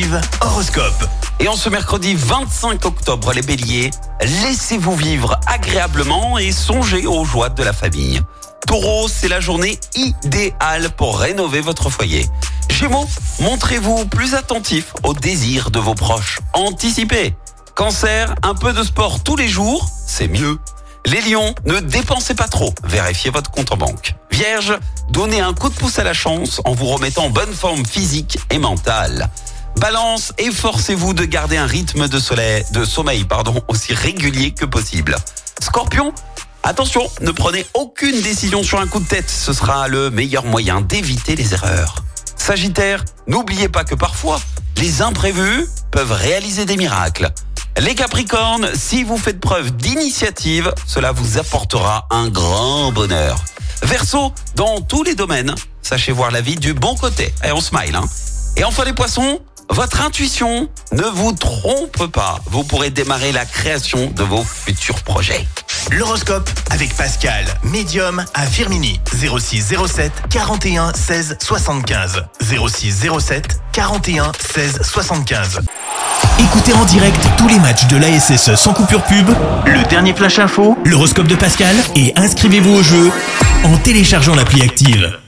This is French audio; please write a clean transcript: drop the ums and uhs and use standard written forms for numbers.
Active Horoscope. Et en ce mercredi 25 octobre, les béliers, laissez-vous vivre agréablement et songez aux joies de la famille. Taureau, c'est la journée idéale pour rénover votre foyer. Gémeaux, montrez-vous plus attentif aux désirs de vos proches. Anticipez. Cancer, un peu de sport tous les jours, c'est mieux. Les lions, ne dépensez pas trop, vérifiez votre compte en banque. Vierge, donnez un coup de pouce à la chance en vous remettant en bonne forme physique et mentale. Balance, efforcez-vous de garder un rythme de sommeil aussi régulier que possible. Scorpion, attention, ne prenez aucune décision sur un coup de tête, ce sera le meilleur moyen d'éviter les erreurs. Sagittaire, n'oubliez pas que parfois, les imprévus peuvent réaliser des miracles. Les Capricornes, si vous faites preuve d'initiative, cela vous apportera un grand bonheur. Verseau, dans tous les domaines, sachez voir la vie du bon côté. Et on smile, hein. Et enfin les Poissons, votre intuition ne vous trompe pas. Vous pourrez démarrer la création de vos futurs projets. L'horoscope avec Pascal, médium à Firminy. 06 07 41 16 75. 06 07 41 16 75. Écoutez en direct tous les matchs de l'ASSE sans coupure pub, le dernier flash info, l'horoscope de Pascal et inscrivez-vous au jeu en téléchargeant l'appli Active.